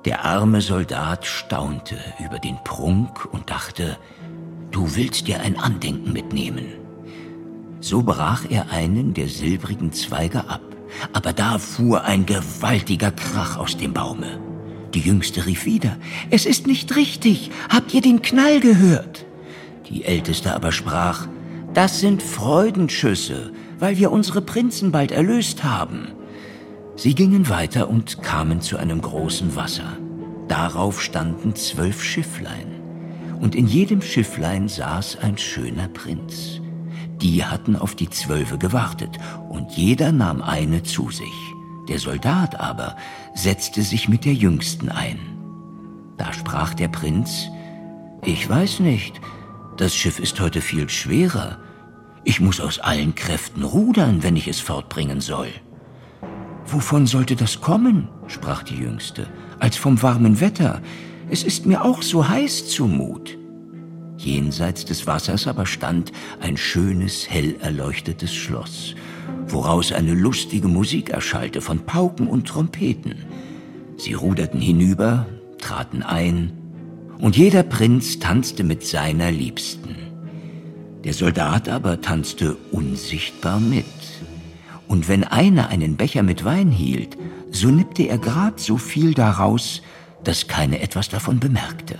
Der arme Soldat staunte über den Prunk und dachte, du willst dir ein Andenken mitnehmen. So brach er einen der silbrigen Zweige ab, aber da fuhr ein gewaltiger Krach aus dem Baume. Die Jüngste rief wieder, es ist nicht richtig, habt ihr den Knall gehört? Die Älteste aber sprach, das sind Freudenschüsse, weil wir unsere Prinzen bald erlöst haben. Sie gingen weiter und kamen zu einem großen Wasser. Darauf standen 12 Schifflein, und in jedem Schifflein saß ein schöner Prinz. Die hatten auf die 12 gewartet, und jeder nahm eine zu sich. Der Soldat aber setzte sich mit der Jüngsten ein. Da sprach der Prinz, ich weiß nicht, das Schiff ist heute viel schwerer. Ich muss aus allen Kräften rudern, wenn ich es fortbringen soll. Wovon sollte das kommen, sprach die Jüngste, als vom warmen Wetter. Es ist mir auch so heiß zumut. Jenseits des Wassers aber stand ein schönes, hell erleuchtetes Schloss, woraus eine lustige Musik erschallte von Pauken und Trompeten. Sie ruderten hinüber, traten ein, und jeder Prinz tanzte mit seiner Liebsten. Der Soldat aber tanzte unsichtbar mit. Und wenn einer einen Becher mit Wein hielt, so nippte er grad so viel daraus, dass keiner etwas davon bemerkte.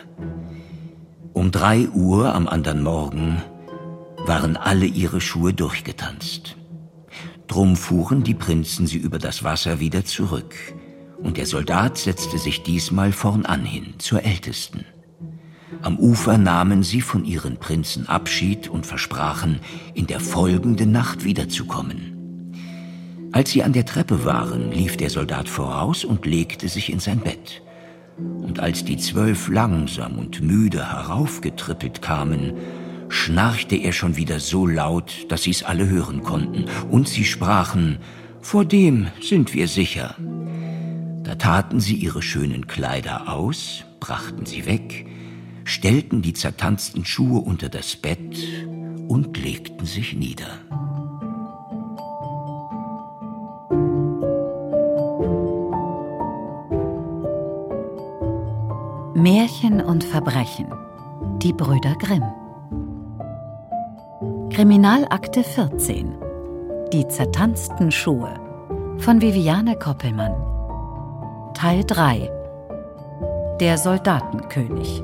Um 3 Uhr am andern Morgen waren alle ihre Schuhe durchgetanzt. Drum fuhren die Prinzen sie über das Wasser wieder zurück, und der Soldat setzte sich diesmal vornan hin, zur Ältesten. Am Ufer nahmen sie von ihren Prinzen Abschied und versprachen, in der folgenden Nacht wiederzukommen. Als sie an der Treppe waren, lief der Soldat voraus und legte sich in sein Bett. Und als die 12 langsam und müde heraufgetrippelt kamen, schnarchte er schon wieder so laut, dass sie's alle hören konnten, und sie sprachen, vor dem sind wir sicher. Da taten sie ihre schönen Kleider aus, brachten sie weg, stellten die zertanzten Schuhe unter das Bett und legten sich nieder. Märchen und Verbrechen. Die Brüder Grimm. Kriminalakte 14. Die zertanzten Schuhe von Viviane Koppelmann. Teil 3. Der Soldatenkönig.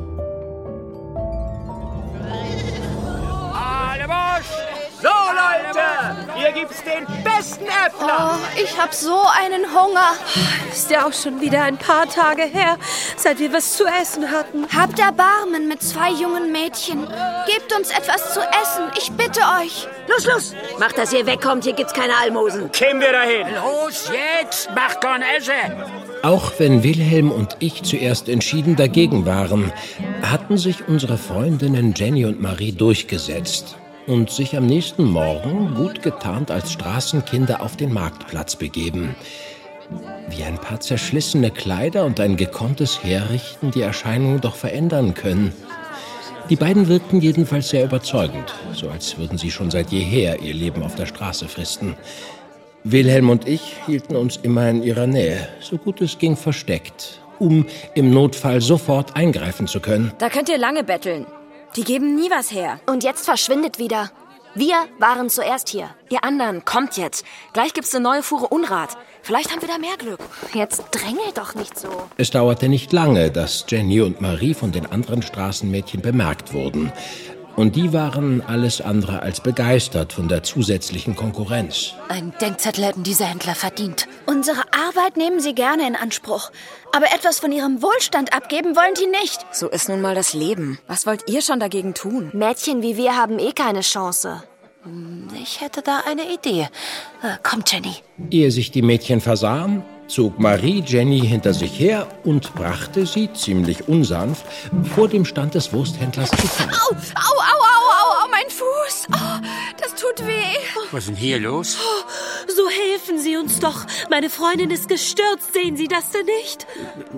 So, Leute, hier gibt's den besten Äffler. Oh, ich hab so einen Hunger. Ist ja auch schon wieder ein paar Tage her, seit wir was zu essen hatten. Habt Erbarmen mit 2 jungen Mädchen. Gebt uns etwas zu essen, ich bitte euch. Los, macht, dass ihr wegkommt, hier gibt's keine Almosen. Kämen wir dahin. Los jetzt, mach kein Essen. Auch wenn Wilhelm und ich zuerst entschieden dagegen waren, hatten sich unsere Freundinnen Jenny und Marie durchgesetzt und sich am nächsten Morgen gut getarnt als Straßenkinder auf den Marktplatz begeben. Wie ein paar zerschlissene Kleider und ein gekonntes Herrichten die Erscheinung doch verändern können. Die beiden wirkten jedenfalls sehr überzeugend, so als würden sie schon seit jeher ihr Leben auf der Straße fristen. Wilhelm und ich hielten uns immer in ihrer Nähe, so gut es ging versteckt, um im Notfall sofort eingreifen zu können. Da könnt ihr lange betteln. Die geben nie was her. Und jetzt verschwindet wieder. Wir waren zuerst hier. Ihr anderen, kommt jetzt. Gleich gibt's eine neue Fuhre Unrat. Vielleicht haben wir da mehr Glück. Jetzt drängel doch nicht so. Es dauerte nicht lange, dass Jenny und Marie von den anderen Straßenmädchen bemerkt wurden. Und die waren alles andere als begeistert von der zusätzlichen Konkurrenz. Einen Denkzettel hätten diese Händler verdient. Unsere Arbeit nehmen sie gerne in Anspruch. Aber etwas von ihrem Wohlstand abgeben wollen die nicht. So ist nun mal das Leben. Was wollt ihr schon dagegen tun? Mädchen wie wir haben eh keine Chance. Ich hätte da eine Idee. Kommt, Jenny. Ehe sich die Mädchen versahen, zog Marie Jenny hinter sich her und brachte sie, ziemlich unsanft, vor dem Stand des Wursthändlers zu Fall. Au, mein Fuß. Oh, das tut weh. Was ist denn hier los? So helfen Sie uns doch. Meine Freundin ist gestürzt, sehen Sie das denn nicht?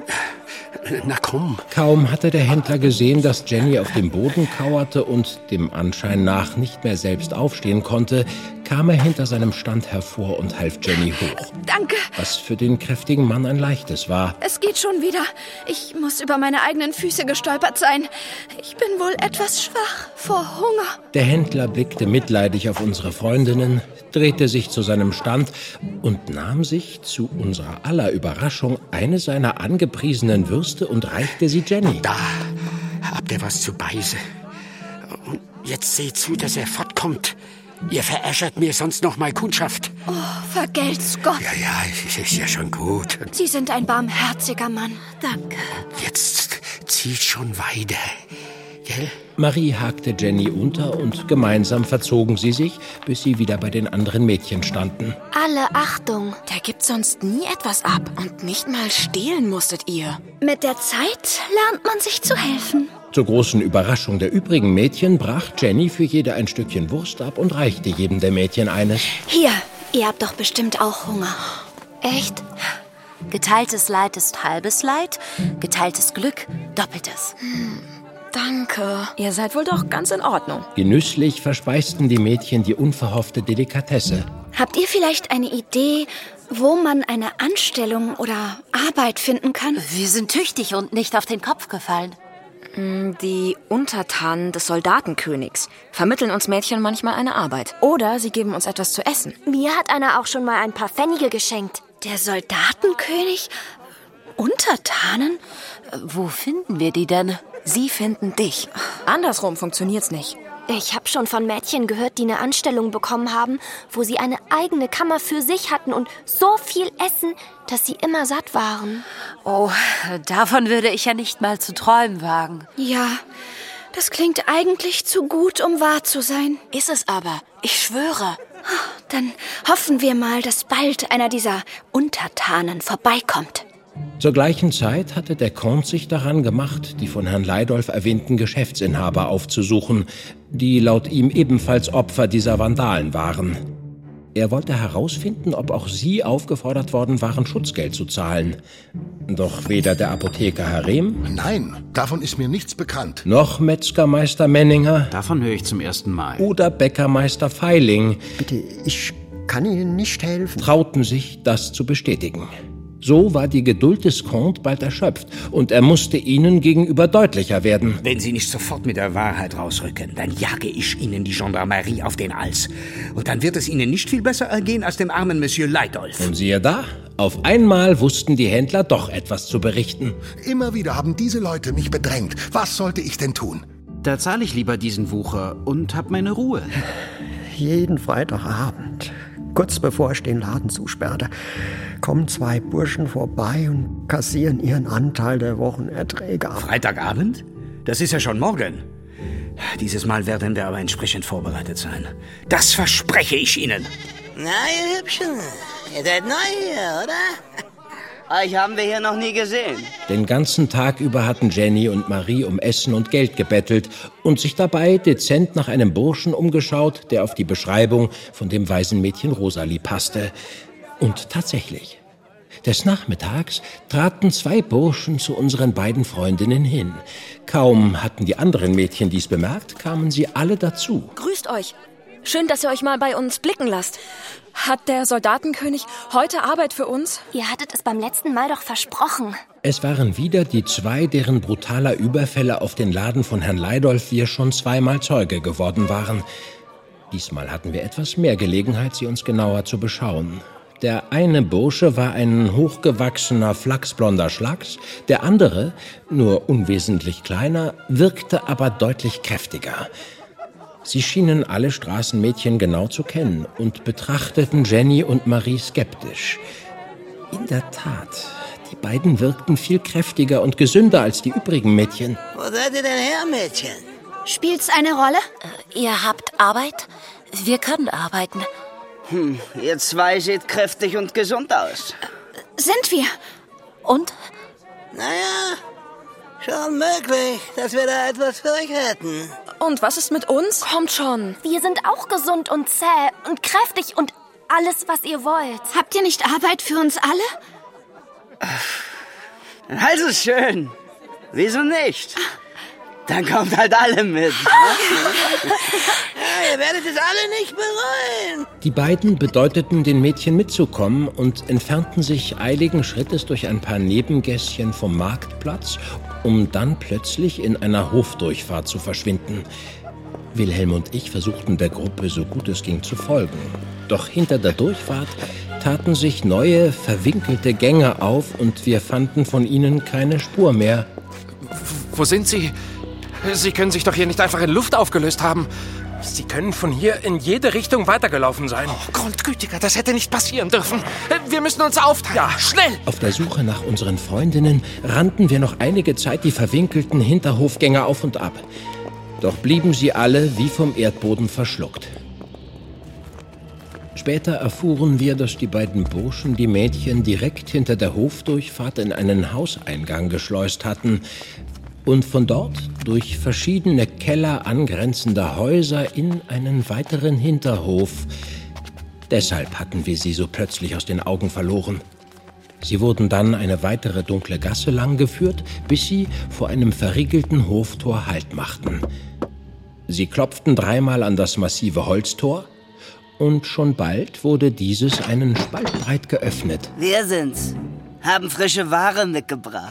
Na komm. Kaum hatte der Händler gesehen, dass Jenny auf dem Boden kauerte und dem Anschein nach nicht mehr selbst aufstehen konnte, kam er hinter seinem Stand hervor und half Jenny hoch. Danke. Was für den kräftigen Mann ein leichtes war. Es geht schon wieder. Ich muss über meine eigenen Füße gestolpert sein. Ich bin wohl etwas schwach vor Hunger. Der Händler blickte mitleidig auf unsere Freundinnen, drehte sich zu seinem Stand und nahm sich zu unserer aller Überraschung eine seiner angepriesenen Würste und reichte sie Jenny. Da habt ihr was zu beißen. Und jetzt seht zu, dass er fortkommt. Ihr veräschert mir sonst noch mal Kundschaft. Oh, vergelt's Gott. Ja, ist ja schon gut. Sie sind ein barmherziger Mann. Danke. Jetzt zieht schon weiter, gell? Marie hakte Jenny unter und gemeinsam verzogen sie sich, bis sie wieder bei den anderen Mädchen standen. Alle Achtung. Der gibt sonst nie etwas ab. Und nicht mal stehlen musstet ihr. Mit der Zeit lernt man sich zu helfen. Zur großen Überraschung der übrigen Mädchen brach Jenny für jede ein Stückchen Wurst ab und reichte jedem der Mädchen eines. Hier, ihr habt doch bestimmt auch Hunger. Echt? Geteiltes Leid ist halbes Leid, geteiltes Glück doppeltes. Danke. Ihr seid wohl doch ganz in Ordnung. Genüsslich verspeisten die Mädchen die unverhoffte Delikatesse. Habt ihr vielleicht eine Idee, wo man eine Anstellung oder Arbeit finden kann? Wir sind tüchtig und nicht auf den Kopf gefallen. Die Untertanen des Soldatenkönigs vermitteln uns Mädchen manchmal eine Arbeit. Oder sie geben uns etwas zu essen. Mir hat einer auch schon mal ein paar Pfennige geschenkt. Der Soldatenkönig? Untertanen? Wo finden wir die denn? Sie finden dich. Andersrum funktioniert's nicht. Ich habe schon von Mädchen gehört, die eine Anstellung bekommen haben, wo sie eine eigene Kammer für sich hatten und so viel essen, dass sie immer satt waren. Oh, davon würde ich ja nicht mal zu träumen wagen. Ja, das klingt eigentlich zu gut, um wahr zu sein. Ist es aber. Ich schwöre. Dann hoffen wir mal, dass bald einer dieser Untertanen vorbeikommt. Zur gleichen Zeit hatte der Comte sich daran gemacht, die von Herrn Leidolf erwähnten Geschäftsinhaber aufzusuchen, die laut ihm ebenfalls Opfer dieser Vandalen waren. Er wollte herausfinden, ob auch sie aufgefordert worden waren, Schutzgeld zu zahlen. Doch weder der Apotheker Harem... Nein, davon ist mir nichts bekannt. ...noch Metzgermeister Menninger... Davon höre ich zum ersten Mal. ...oder Bäckermeister Feiling... Bitte, ich kann Ihnen nicht helfen. ...trauten sich, das zu bestätigen. So war die Geduld des Comte bald erschöpft und er musste ihnen gegenüber deutlicher werden. Wenn Sie nicht sofort mit der Wahrheit rausrücken, dann jage ich Ihnen die Gendarmerie auf den Hals. Und dann wird es Ihnen nicht viel besser ergehen als dem armen Monsieur Leidolf. Und siehe da, auf einmal wussten die Händler doch etwas zu berichten. Immer wieder haben diese Leute mich bedrängt. Was sollte ich denn tun? Da zahle ich lieber diesen Wucher und hab meine Ruhe. Jeden Freitagabend, kurz bevor ich den Laden zusperrte, kommen 2 Burschen vorbei und kassieren ihren Anteil der Wochenerträge ab. Freitagabend? Das ist ja schon morgen. Dieses Mal werden wir aber entsprechend vorbereitet sein. Das verspreche ich Ihnen. Na, ihr Hübschen, ihr seid neu hier, oder? Euch haben wir hier noch nie gesehen. Den ganzen Tag über hatten Jenny und Marie um Essen und Geld gebettelt und sich dabei dezent nach einem Burschen umgeschaut, der auf die Beschreibung von dem Waisenmädchen Rosalie passte. Und tatsächlich, des Nachmittags traten 2 Burschen zu unseren beiden Freundinnen hin. Kaum hatten die anderen Mädchen dies bemerkt, kamen sie alle dazu. Grüßt euch. Schön, dass ihr euch mal bei uns blicken lasst. Hat der Soldatenkönig heute Arbeit für uns? Ihr hattet es beim letzten Mal doch versprochen. Es waren wieder die 2, deren brutaler Überfälle auf den Laden von Herrn Leidolf wir schon 2-mal Zeuge geworden waren. Diesmal hatten wir etwas mehr Gelegenheit, sie uns genauer zu beschauen. Der eine Bursche war ein hochgewachsener, flachsblonder Schlags, der andere, nur unwesentlich kleiner, wirkte aber deutlich kräftiger. Sie schienen alle Straßenmädchen genau zu kennen und betrachteten Jenny und Marie skeptisch. In der Tat, die beiden wirkten viel kräftiger und gesünder als die übrigen Mädchen. Wo seid ihr denn her, Mädchen? Spielt's eine Rolle? Ihr habt Arbeit? Wir können arbeiten. Ihr 2 seht kräftig und gesund aus. Sind wir? Und? Naja, schon möglich, dass wir da etwas für euch hätten. Und was ist mit uns? Kommt schon. Wir sind auch gesund und zäh und kräftig und alles, was ihr wollt. Habt ihr nicht Arbeit für uns alle? Also schön. Wieso nicht? Dann kommt halt alle mit. Ja, ihr werdet es alle nicht bereuen. Die beiden bedeuteten den Mädchen mitzukommen und entfernten sich eiligen Schrittes durch ein paar Nebengässchen vom Marktplatz, um dann plötzlich in einer Hofdurchfahrt zu verschwinden. Wilhelm und ich versuchten der Gruppe so gut es ging zu folgen. Doch hinter der Durchfahrt taten sich neue, verwinkelte Gänge auf und wir fanden von ihnen keine Spur mehr. Wo sind Sie? Sie können sich doch hier nicht einfach in Luft aufgelöst haben. Sie können von hier in jede Richtung weitergelaufen sein. Oh, Grundgütiger, das hätte nicht passieren dürfen. Wir müssen uns aufteilen. Ja, schnell! Auf der Suche nach unseren Freundinnen rannten wir noch einige Zeit die verwinkelten Hinterhofgänge auf und ab. Doch blieben sie alle wie vom Erdboden verschluckt. Später erfuhren wir, dass die beiden Burschen die Mädchen direkt hinter der Hofdurchfahrt in einen Hauseingang geschleust hatten und von dort durch verschiedene Keller angrenzender Häuser in einen weiteren Hinterhof. Deshalb hatten wir sie so plötzlich aus den Augen verloren. Sie wurden dann eine weitere dunkle Gasse lang geführt, bis sie vor einem verriegelten Hoftor Halt machten. Sie klopften dreimal an das massive Holztor und schon bald wurde dieses einen Spalt breit geöffnet. Wir sind's. Haben frische Ware mitgebracht.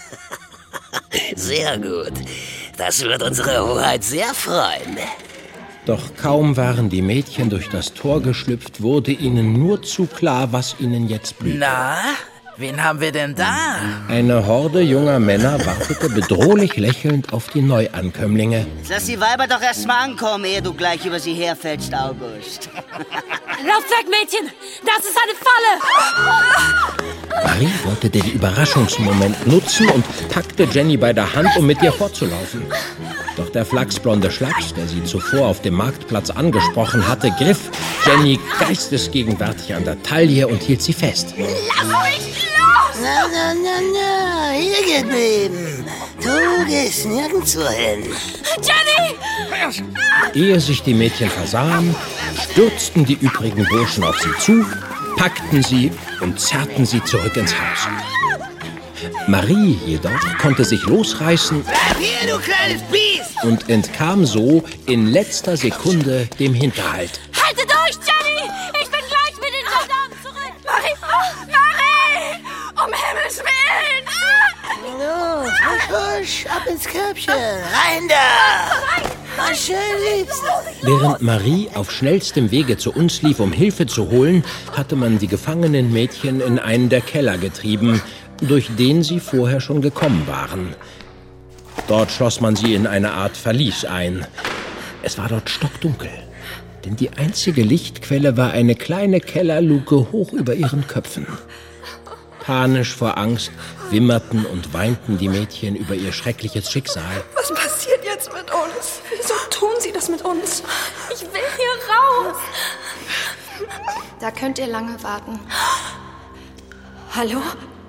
Sehr gut. Das wird unsere Hoheit sehr freuen. Doch kaum waren die Mädchen durch das Tor geschlüpft, wurde ihnen nur zu klar, was ihnen jetzt blühte. Na, wen haben wir denn da? Eine Horde junger Männer wartete bedrohlich lächelnd auf die Neuankömmlinge. Lass die Weiber doch erst mal ankommen, ehe du gleich über sie herfällst, August. Lauf weg, Mädchen! Das ist eine Falle! Marie wollte den Überraschungsmoment nutzen und packte Jenny bei der Hand, um mit ihr fortzulaufen. Doch der flachsblonde Schlaps, der sie zuvor auf dem Marktplatz angesprochen hatte, griff Jenny geistesgegenwärtig an der Taille und hielt sie fest. Lass mich los! Na, hier geblieben. Du gehst nirgendwo hin. Jenny! Ehe sich die Mädchen versahen, stürzten die übrigen Burschen auf sie zu, packten sie und zerrten sie zurück ins Haus. Marie jedoch konnte sich losreißen Hier, du kleines Biest! und entkam so in letzter Sekunde dem Hinterhalt. Halte durch, Jenny! Ich bin gleich mit den Soldaten zurück! Marie! Oh, Marie! Um Himmels Willen! Los, husch, ab ins Körbchen. Rein da! Was schön liebst. Während Marie auf schnellstem Wege zu uns lief, um Hilfe zu holen, hatte man die gefangenen Mädchen in einen der Keller getrieben, durch den sie vorher schon gekommen waren. Dort schloss man sie in eine Art Verlies ein. Es war dort stockdunkel, denn die einzige Lichtquelle war eine kleine Kellerluke hoch über ihren Köpfen. Panisch vor Angst wimmerten und weinten die Mädchen über ihr schreckliches Schicksal. Was passiert jetzt mit uns? Wieso tun sie das mit uns? Ich will hier raus! Da könnt ihr lange warten. Hallo?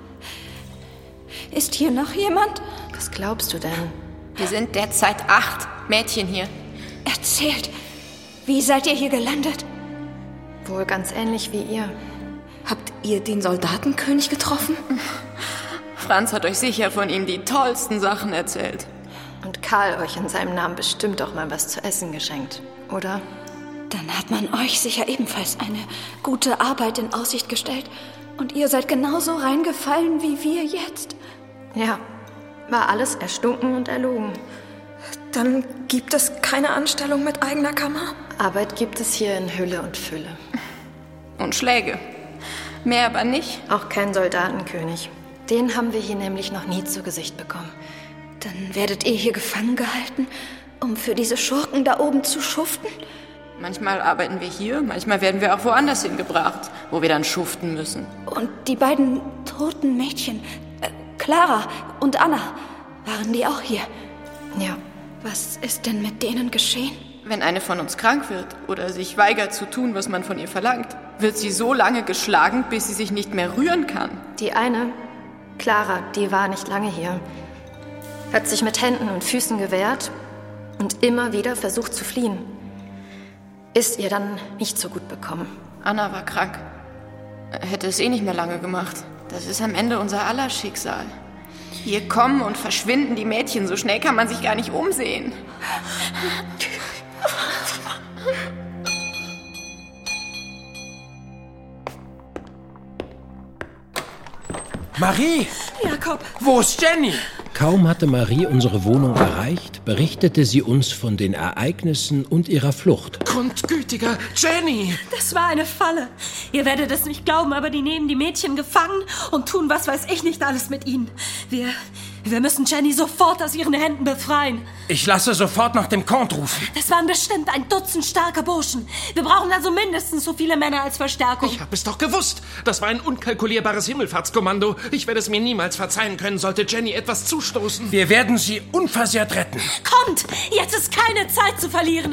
Ist hier noch jemand? Was glaubst du denn? Wir sind derzeit 8 Mädchen hier. Erzählt, wie seid ihr hier gelandet? Wohl ganz ähnlich wie ihr. Habt ihr den Soldatenkönig getroffen? Franz hat euch sicher von ihm die tollsten Sachen erzählt. Und Karl euch in seinem Namen bestimmt auch mal was zu essen geschenkt, oder? Dann hat man euch sicher ebenfalls eine gute Arbeit in Aussicht gestellt. Und ihr seid genauso reingefallen wie wir jetzt. Ja, war alles erstunken und erlogen. Dann gibt es keine Anstellung mit eigener Kammer? Arbeit gibt es hier in Hülle und Fülle. Und Schläge. Mehr aber nicht. Auch kein Soldatenkönig. Den haben wir hier nämlich noch nie zu Gesicht bekommen. Dann werdet ihr hier gefangen gehalten, um für diese Schurken da oben zu schuften? Manchmal arbeiten wir hier, manchmal werden wir auch woanders hingebracht, wo wir dann schuften müssen. Und die beiden toten Mädchen, Clara und Anna, waren die auch hier? Ja. Was ist denn mit denen geschehen? Wenn eine von uns krank wird oder sich weigert zu tun, was man von ihr verlangt, wird sie so lange geschlagen, bis sie sich nicht mehr rühren kann. Die eine, Clara, die war nicht lange hier, hat sich mit Händen und Füßen gewehrt und immer wieder versucht zu fliehen. Ist ihr dann nicht so gut bekommen. Anna war krank. Hätte es eh nicht mehr lange gemacht. Das ist am Ende unser aller Schicksal. Hier kommen und verschwinden die Mädchen. So schnell kann man sich gar nicht umsehen. Marie! Jakob! Wo ist Jenny? Kaum hatte Marie unsere Wohnung erreicht, berichtete sie uns von den Ereignissen und ihrer Flucht. Grundgütiger Jenny! Das war eine Falle. Ihr werdet es nicht glauben, aber die nehmen die Mädchen gefangen und tun was weiß ich nicht alles mit ihnen. Wir müssen Jenny sofort aus ihren Händen befreien. Ich lasse sofort nach dem Comte rufen. Das waren bestimmt 1 Dutzend starke Burschen. Wir brauchen also mindestens so viele Männer als Verstärkung. Ich habe es doch gewusst. Das war ein unkalkulierbares Himmelfahrtskommando. Ich werde es mir niemals verzeihen können, sollte Jenny etwas zustoßen. Wir werden sie unversehrt retten. Kommt! Jetzt ist keine Zeit zu verlieren.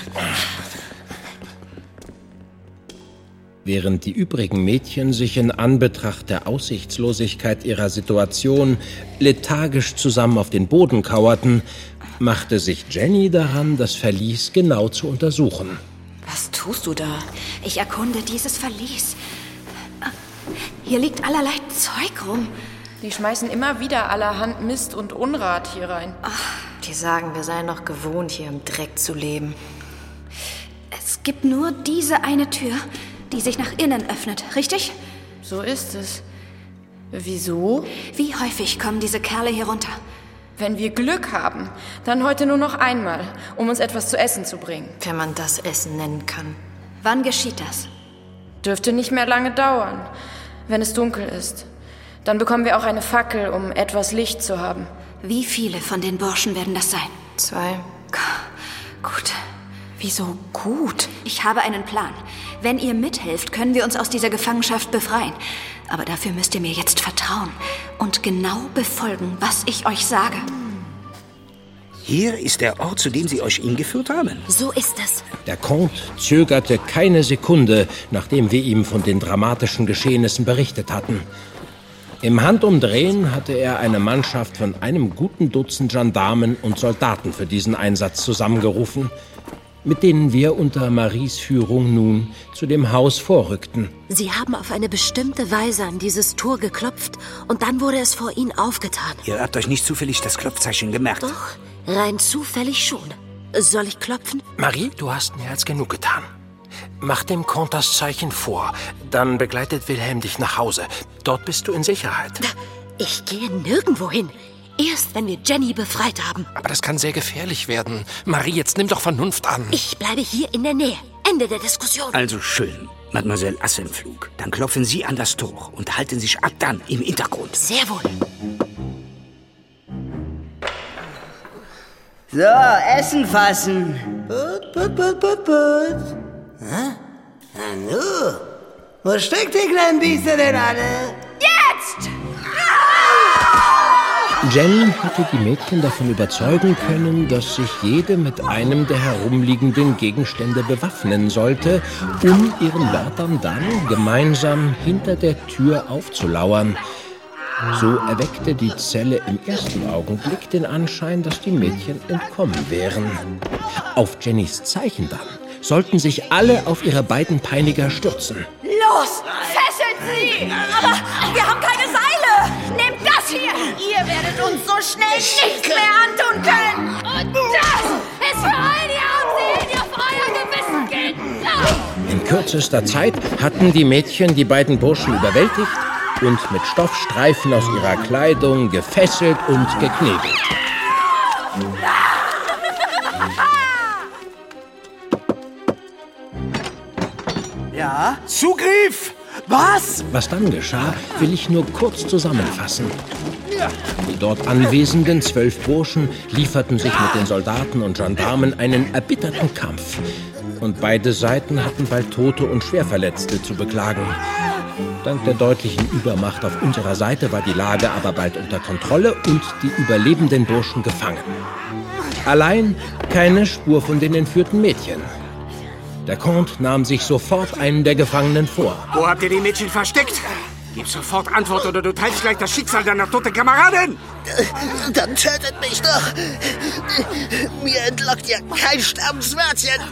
Während die übrigen Mädchen sich in Anbetracht der Aussichtslosigkeit ihrer Situation lethargisch zusammen auf den Boden kauerten, machte sich Jenny daran, das Verlies genau zu untersuchen. Was tust du da? Ich erkunde dieses Verlies. Hier liegt allerlei Zeug rum. Die schmeißen immer wieder allerhand Mist und Unrat hier rein. Die sagen, wir seien noch gewohnt, hier im Dreck zu leben. Es gibt nur diese eine Tür, die sich nach innen öffnet, richtig? So ist es. Wieso? Wie häufig kommen diese Kerle hier runter? Wenn wir Glück haben, dann heute nur noch einmal, um uns etwas zu essen zu bringen. Wenn man das Essen nennen kann. Wann geschieht das? Dürfte nicht mehr lange dauern, wenn es dunkel ist. Dann bekommen wir auch eine Fackel, um etwas Licht zu haben. Wie viele von den Burschen werden das sein? 2. Gut. Wieso gut? Ich habe einen Plan. Wenn ihr mithelft, können wir uns aus dieser Gefangenschaft befreien. Aber dafür müsst ihr mir jetzt vertrauen und genau befolgen, was ich euch sage. Hier ist der Ort, zu dem sie euch hingeführt haben. So ist es. Der Comte zögerte keine Sekunde, nachdem wir ihm von den dramatischen Geschehnissen berichtet hatten. Im Handumdrehen hatte er eine Mannschaft von einem guten Dutzend Gendarmen und Soldaten für diesen Einsatz zusammengerufen, mit denen wir unter Maries Führung nun zu dem Haus vorrückten. Sie haben auf eine bestimmte Weise an dieses Tor geklopft und dann wurde es vor ihnen aufgetan. Ihr habt euch nicht zufällig das Klopfzeichen gemerkt? Doch, rein zufällig schon. Soll ich klopfen? Marie, du hast mehr als genug getan. Mach dem Comte das Zeichen vor. Dann begleitet Wilhelm dich nach Hause. Dort bist du in Sicherheit. Ich gehe nirgendwo hin. Erst, wenn wir Jenny befreit haben. Aber das kann sehr gefährlich werden. Marie, jetzt nimm doch Vernunft an. Ich bleibe hier in der Nähe. Ende der Diskussion. Also schön, Mademoiselle Assenflug. Dann klopfen Sie an das Tor und halten sich ab dann im Hintergrund. Sehr wohl. So, Essen fassen. Put. Hä? Nanu, wo steckt die kleinen Biester denn alle? Jetzt! Jenny hatte die Mädchen davon überzeugen können, dass sich jede mit einem der herumliegenden Gegenstände bewaffnen sollte, um ihren Wärtern dann gemeinsam hinter der Tür aufzulauern. So erweckte die Zelle im ersten Augenblick den Anschein, dass die Mädchen entkommen wären. Auf Jennys Zeichen dann sollten sich alle auf ihre beiden Peiniger stürzen. Los, fesselt sie! Aber wir haben keine Seile! Nehmt das hier! Ihr werdet uns so schnell nichts mehr antun können! Und das ist für all die Armsehen, die auf euer Gewissen gehen! In kürzester Zeit hatten die Mädchen die beiden Burschen überwältigt und mit Stoffstreifen aus ihrer Kleidung gefesselt und geknebelt. Ja? Zugriff! Was? Was dann geschah, will ich nur kurz zusammenfassen. Die dort anwesenden 12 Burschen lieferten sich mit den Soldaten und Gendarmen einen erbitterten Kampf. Und beide Seiten hatten bald Tote und Schwerverletzte zu beklagen. Dank der deutlichen Übermacht auf unserer Seite war die Lage aber bald unter Kontrolle und die überlebenden Burschen gefangen. Allein keine Spur von den entführten Mädchen. Der Comte nahm sich sofort einen der Gefangenen vor. Wo habt ihr die Mädchen versteckt? Gib sofort Antwort oder du teilst gleich das Schicksal deiner toten Kameradin! Dann tötet mich doch! Mir entlockt ja kein Sterbenswörtchen!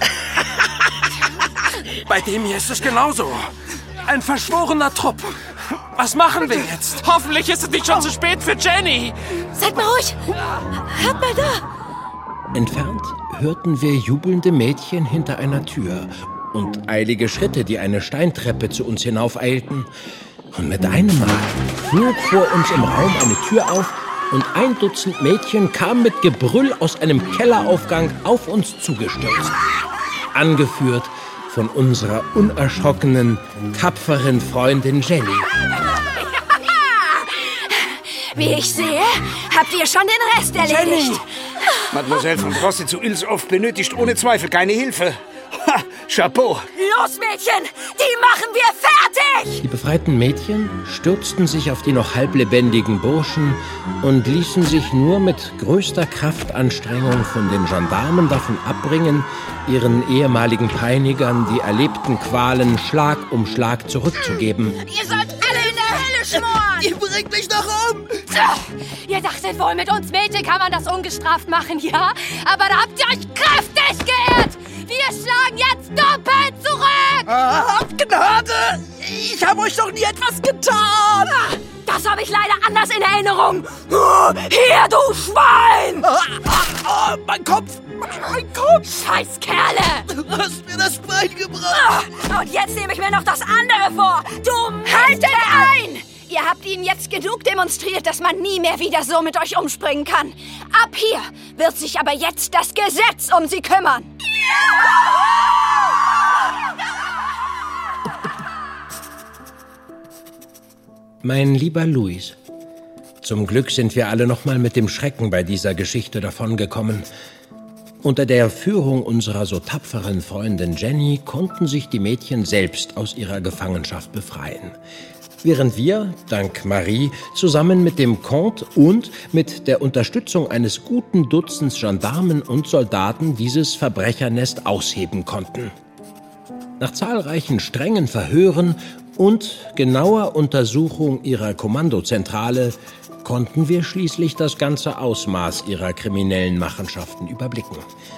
Bei dem hier ist es genauso. Ein verschworener Trupp. Was machen wir jetzt? Hoffentlich ist es nicht schon zu spät für Jenny. Seid mal ruhig. Hört mal da. Entfernt hörten wir jubelnde Mädchen hinter einer Tür und eilige Schritte, die eine Steintreppe zu uns hinaufeilten. Und mit einem Mal flog vor uns im Raum eine Tür auf und 1 Dutzend Mädchen kamen mit Gebrüll aus einem Kelleraufgang auf uns zugestürzt. Angeführt von unserer unerschrockenen, tapferen Freundin Jenny. Wie ich sehe, habt ihr schon den Rest erledigt. Jenny! Mademoiselle von Brosse zu Ilshoff benötigt ohne Zweifel keine Hilfe. Ha, Chapeau! Los, Mädchen! Die machen wir fertig! Die befreiten Mädchen stürzten sich auf die noch halblebendigen Burschen und ließen sich nur mit größter Kraftanstrengung von den Gendarmen davon abbringen, ihren ehemaligen Peinigern die erlebten Qualen Schlag um Schlag zurückzugeben. Ihr sollt alle in der Hölle schmoren! Ihr bringt mich doch um! So, ihr dachtet wohl, mit uns Mädchen kann man das ungestraft machen, ja? Aber da habt ihr euch kräftig geirrt! Wir schlagen jetzt doppelt zurück! Habt Gnade! Ich habe euch doch nie etwas getan! Das habe ich leider anders in Erinnerung! Hier, du Schwein! Mein Kopf! Mein Kopf! Scheiß Kerle! Du hast mir das Bein gebracht! Und jetzt nehme ich mir noch das andere vor! Du haltet ein! Ihr habt ihnen jetzt genug demonstriert, dass man nie mehr wieder so mit euch umspringen kann. Ab hier wird sich aber jetzt das Gesetz um sie kümmern. Mein lieber Louis, zum Glück sind wir alle noch mal mit dem Schrecken bei dieser Geschichte davongekommen. Unter der Führung unserer so tapferen Freundin Jenny konnten sich die Mädchen selbst aus ihrer Gefangenschaft befreien. Während wir, dank Marie, zusammen mit dem Comte und mit der Unterstützung eines guten Dutzends Gendarmen und Soldaten dieses Verbrechernest ausheben konnten. Nach zahlreichen strengen Verhören und genauer Untersuchung ihrer Kommandozentrale konnten wir schließlich das ganze Ausmaß ihrer kriminellen Machenschaften überblicken.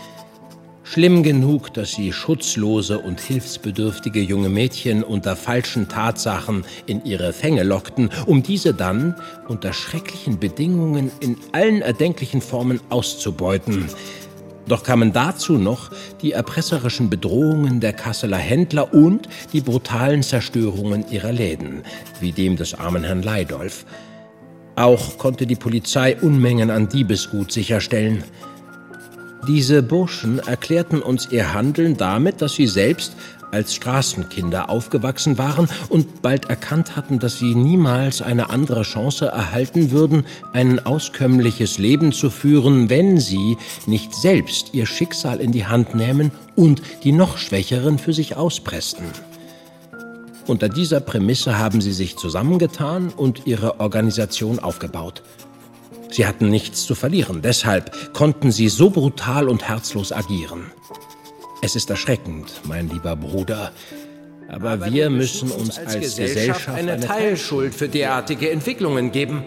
Schlimm genug, dass sie schutzlose und hilfsbedürftige junge Mädchen unter falschen Tatsachen in ihre Fänge lockten, um diese dann unter schrecklichen Bedingungen in allen erdenklichen Formen auszubeuten. Doch kamen dazu noch die erpresserischen Bedrohungen der Kasseler Händler und die brutalen Zerstörungen ihrer Läden, wie dem des armen Herrn Leidolf. Auch konnte die Polizei Unmengen an Diebesgut sicherstellen. Diese Burschen erklärten uns ihr Handeln damit, dass sie selbst als Straßenkinder aufgewachsen waren und bald erkannt hatten, dass sie niemals eine andere Chance erhalten würden, ein auskömmliches Leben zu führen, wenn sie nicht selbst ihr Schicksal in die Hand nähmen und die noch Schwächeren für sich auspressten. Unter dieser Prämisse haben sie sich zusammengetan und ihre Organisation aufgebaut. Sie hatten nichts zu verlieren, deshalb konnten sie so brutal und herzlos agieren. Es ist erschreckend, mein lieber Bruder, aber wir müssen uns als Gesellschaft eine Teilschuld für derartige Entwicklungen geben.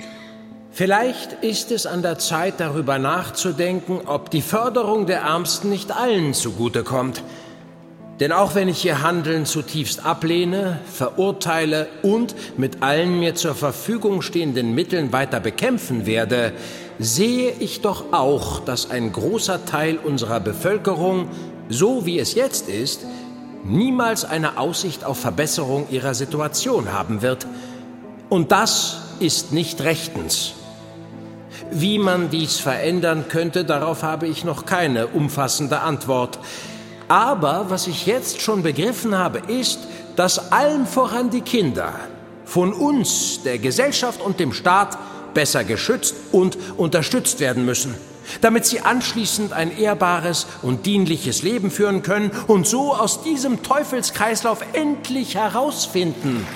Vielleicht ist es an der Zeit, darüber nachzudenken, ob die Förderung der Ärmsten nicht allen zugutekommt. Denn auch wenn ich ihr Handeln zutiefst ablehne, verurteile und mit allen mir zur Verfügung stehenden Mitteln weiter bekämpfen werde, sehe ich doch auch, dass ein großer Teil unserer Bevölkerung, so wie es jetzt ist, niemals eine Aussicht auf Verbesserung ihrer Situation haben wird. Und das ist nicht rechtens. Wie man dies verändern könnte, darauf habe ich noch keine umfassende Antwort. Aber was ich jetzt schon begriffen habe, ist, dass allen voran die Kinder von uns, der Gesellschaft und dem Staat, besser geschützt und unterstützt werden müssen, damit sie anschließend ein ehrbares und dienliches Leben führen können und so aus diesem Teufelskreislauf endlich herausfinden.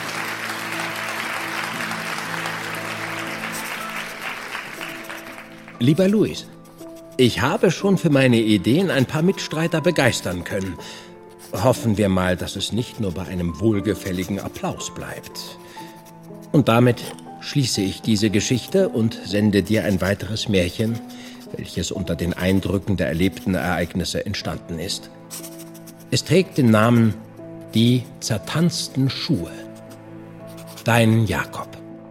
Lieber Louis, ich habe schon für meine Ideen ein paar Mitstreiter begeistern können. Hoffen wir mal, dass es nicht nur bei einem wohlgefälligen Applaus bleibt. Und damit schließe ich diese Geschichte und sende dir ein weiteres Märchen, welches unter den Eindrücken der erlebten Ereignisse entstanden ist. Es trägt den Namen Die zertanzten Schuhe. Dein Jakob.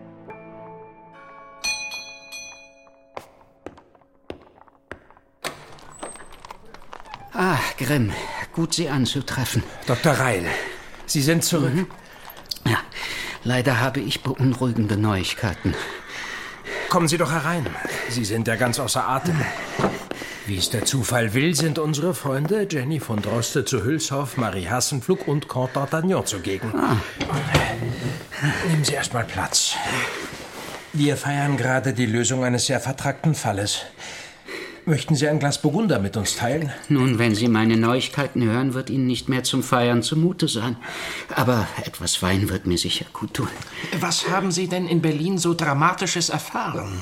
Ah, Grimm, gut, Sie anzutreffen. Dr. Reil, Sie sind zurück. Ja, leider habe ich beunruhigende Neuigkeiten. Kommen Sie doch herein. Sie sind ja ganz außer Atem. Wie es der Zufall will, sind unsere Freunde Jenny von Droste zu Hülshoff, Marie Hassenpflug und Comte d'Artagnan zugegen. Nehmen Sie erst mal Platz. Wir feiern gerade die Lösung eines sehr vertrackten Falles. Möchten Sie ein Glas Burgunder mit uns teilen? Nun, wenn Sie meine Neuigkeiten hören, wird Ihnen nicht mehr zum Feiern zumute sein. Aber etwas Wein wird mir sicher gut tun. Was haben Sie denn in Berlin so Dramatisches erfahren?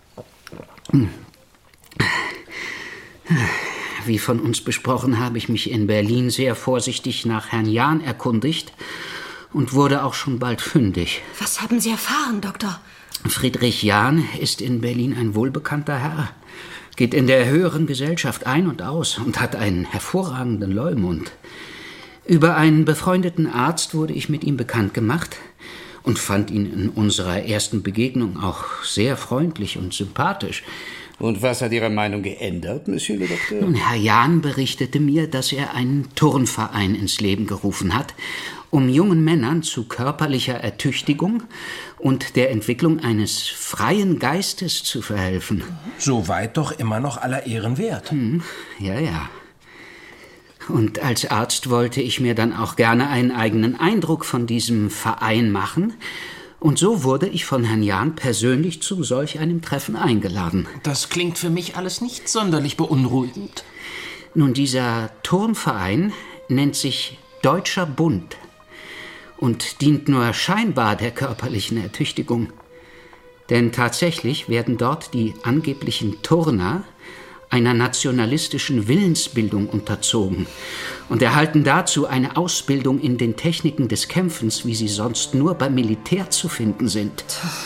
Wie von uns besprochen, habe ich mich in Berlin sehr vorsichtig nach Herrn Jahn erkundigt und wurde auch schon bald fündig. Was haben Sie erfahren, Doktor? Friedrich Jahn ist in Berlin ein wohlbekannter Herr, geht in der höheren Gesellschaft ein und aus und hat einen hervorragenden Leumund. Über einen befreundeten Arzt wurde ich mit ihm bekannt gemacht und fand ihn in unserer ersten Begegnung auch sehr freundlich und sympathisch. Und was hat Ihre Meinung geändert, Monsieur le Docteur? Nun, Herr Jahn berichtete mir, dass er einen Turnverein ins Leben gerufen hat, um jungen Männern zu körperlicher Ertüchtigung und der Entwicklung eines freien Geistes zu verhelfen. Soweit doch immer noch aller Ehren wert. Ja. Und als Arzt wollte ich mir dann auch gerne einen eigenen Eindruck von diesem Verein machen. Und so wurde ich von Herrn Jahn persönlich zu solch einem Treffen eingeladen. Das klingt für mich alles nicht sonderlich beunruhigend. Nun, dieser Turnverein nennt sich Deutscher Bund und dient nur scheinbar der körperlichen Ertüchtigung. Denn tatsächlich werden dort die angeblichen Turner einer nationalistischen Willensbildung unterzogen und erhalten dazu eine Ausbildung in den Techniken des Kämpfens, wie sie sonst nur beim Militär zu finden sind.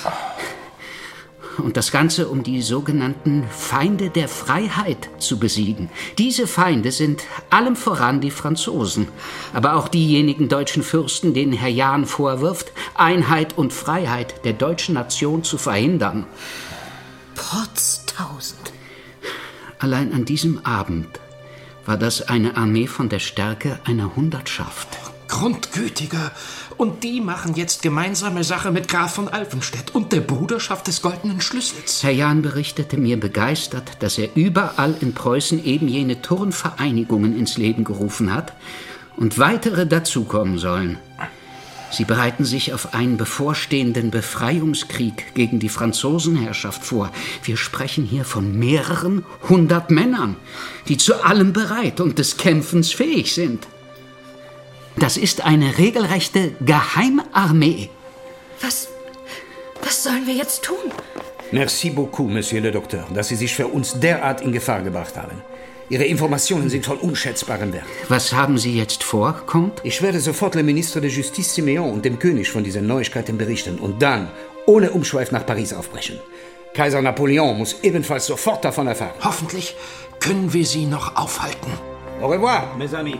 Und das Ganze, um die sogenannten Feinde der Freiheit zu besiegen. Diese Feinde sind allem voran die Franzosen, aber auch diejenigen deutschen Fürsten, denen Herr Jahn vorwirft, Einheit und Freiheit der deutschen Nation zu verhindern. Potztausend. Allein an diesem Abend war das eine Armee von der Stärke einer Hundertschaft. Grundgütiger. Und die machen jetzt gemeinsame Sache mit Graf von Alfenstedt und der Bruderschaft des Goldenen Schlüssels. Herr Jahn berichtete mir begeistert, dass er überall in Preußen eben jene Turnvereinigungen ins Leben gerufen hat und weitere dazukommen sollen. Sie bereiten sich auf einen bevorstehenden Befreiungskrieg gegen die Franzosenherrschaft vor. Wir sprechen hier von mehreren 100 Männern, die zu allem bereit und des Kämpfens fähig sind. Das ist eine regelrechte Geheimarmee. Was sollen wir jetzt tun? Merci beaucoup, Monsieur le Docteur, dass Sie sich für uns derart in Gefahr gebracht haben. Ihre Informationen sind von unschätzbarem Wert. Was haben Sie jetzt vor, Comte? Ich werde sofort dem Ministre de Justice Siméon und dem König von diesen Neuigkeiten berichten und dann ohne Umschweif nach Paris aufbrechen. Kaiser Napoleon muss ebenfalls sofort davon erfahren. Hoffentlich können wir Sie noch aufhalten. Au revoir, mes amis.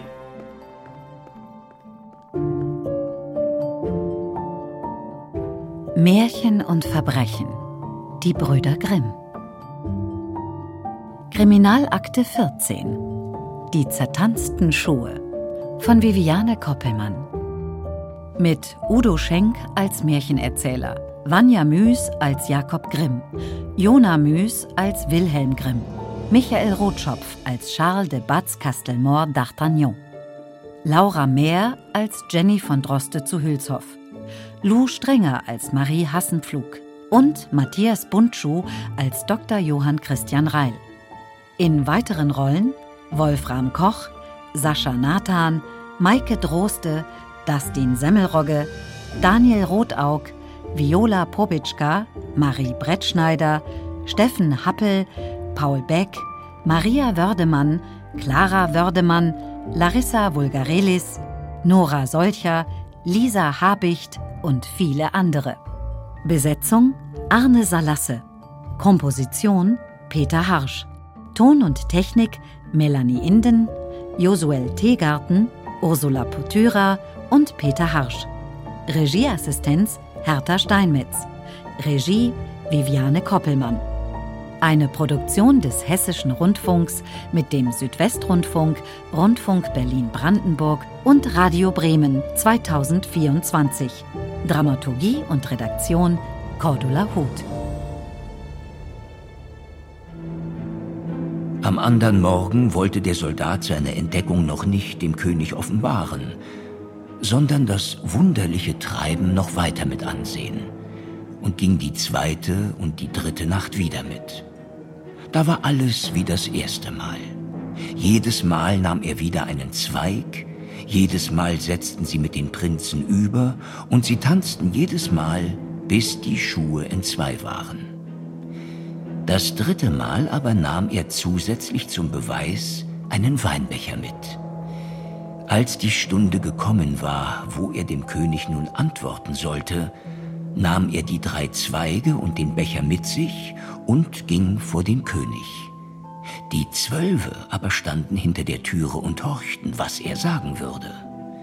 Märchen und Verbrechen. Die Brüder Grimm. Kriminalakte 14. Die zertanzten Schuhe von Viviane Koppelmann. Mit Udo Schenk als Märchenerzähler, Vanja Müß als Jakob Grimm, Jona Müß als Wilhelm Grimm, Michael Rotschopf als Charles de Batz-Castelmore d'Artagnan, Laura Mehr als Jenny von Droste zu Hülshoff, Lou Strenger als Marie Hassenpflug und Matthias Bundschuh als Dr. Johann Christian Reil. In weiteren Rollen Wolfram Koch, Sascha Nathan, Maike Droste, Dustin Semmelrogge, Daniel Rotaug, Viola Probitschka, Marie Brettschneider, Steffen Happel, Paul Beck, Maria Wördemann, Clara Wördemann, Larissa Vulgarelis, Nora Solcher, Lisa Habicht und viele andere. Besetzung Arne Salasse. Komposition Peter Harsch. Ton und Technik Melanie Inden, Josuel Teegarten, Ursula Putyra und Peter Harsch. Regieassistenz Hertha Steinmetz. Regie Viviane Koppelmann. Eine Produktion des Hessischen Rundfunks mit dem Südwestrundfunk, Rundfunk Berlin-Brandenburg und Radio Bremen 2024. Dramaturgie und Redaktion Cordula Huth. Am anderen Morgen wollte der Soldat seine Entdeckung noch nicht dem König offenbaren, sondern das wunderliche Treiben noch weiter mit ansehen und ging die 2. und die 3. Nacht wieder mit. Da war alles wie das erste Mal. Jedes Mal nahm er wieder einen Zweig, jedes Mal setzten sie mit den Prinzen über und sie tanzten jedes Mal, bis die Schuhe entzwei waren. Das 3. Mal aber nahm er zusätzlich zum Beweis einen Weinbecher mit. Als die Stunde gekommen war, wo er dem König nun antworten sollte, nahm er die 3 Zweige und den Becher mit sich und ging vor den König. Die 12 aber standen hinter der Türe und horchten, was er sagen würde.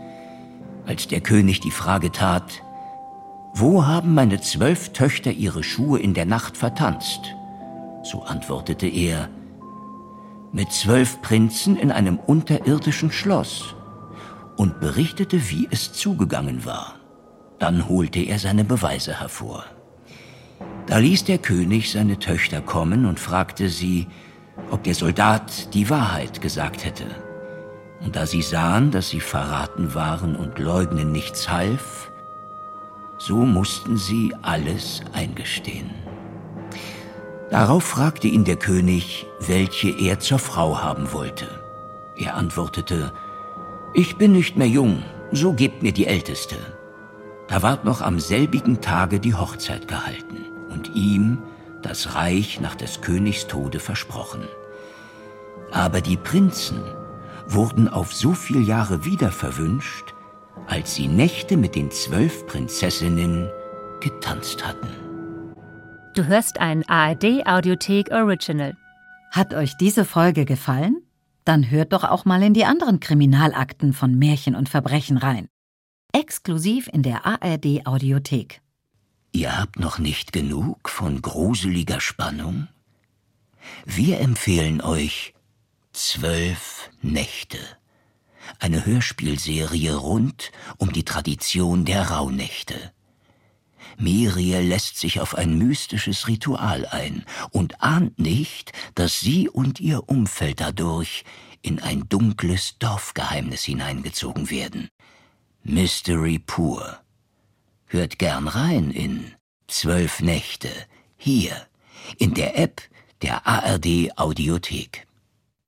Als der König die Frage tat: »Wo haben meine 12 Töchter ihre Schuhe in der Nacht vertanzt?« so antwortete er: »Mit 12 Prinzen in einem unterirdischen Schloss«, und berichtete, wie es zugegangen war. Dann holte er seine Beweise hervor. Da ließ der König seine Töchter kommen und fragte sie, ob der Soldat die Wahrheit gesagt hätte. Und da sie sahen, dass sie verraten waren und Leugnen nichts half, so mussten sie alles eingestehen. Darauf fragte ihn der König, welche er zur Frau haben wollte. Er antwortete: »Ich bin nicht mehr jung, so gebt mir die Älteste.« Da ward noch am selbigen Tage die Hochzeit gehalten und ihm das Reich nach des Königs Tode versprochen. Aber die Prinzen wurden auf so viel Jahre wieder verwünscht, als sie Nächte mit den 12 Prinzessinnen getanzt hatten. Du hörst ein ARD-Audiothek Original. Hat euch diese Folge gefallen? Dann hört doch auch mal in die anderen Kriminalakten von Märchen und Verbrechen rein. Exklusiv in der ARD-Audiothek. Ihr habt noch nicht genug von gruseliger Spannung? Wir empfehlen euch 12 Nächte. Eine Hörspielserie rund um die Tradition der Rauhnächte. Miriel lässt sich auf ein mystisches Ritual ein und ahnt nicht, dass sie und ihr Umfeld dadurch in ein dunkles Dorfgeheimnis hineingezogen werden. Mystery pur. Hört gern rein in 12 Nächte, hier, in der App der ARD Audiothek.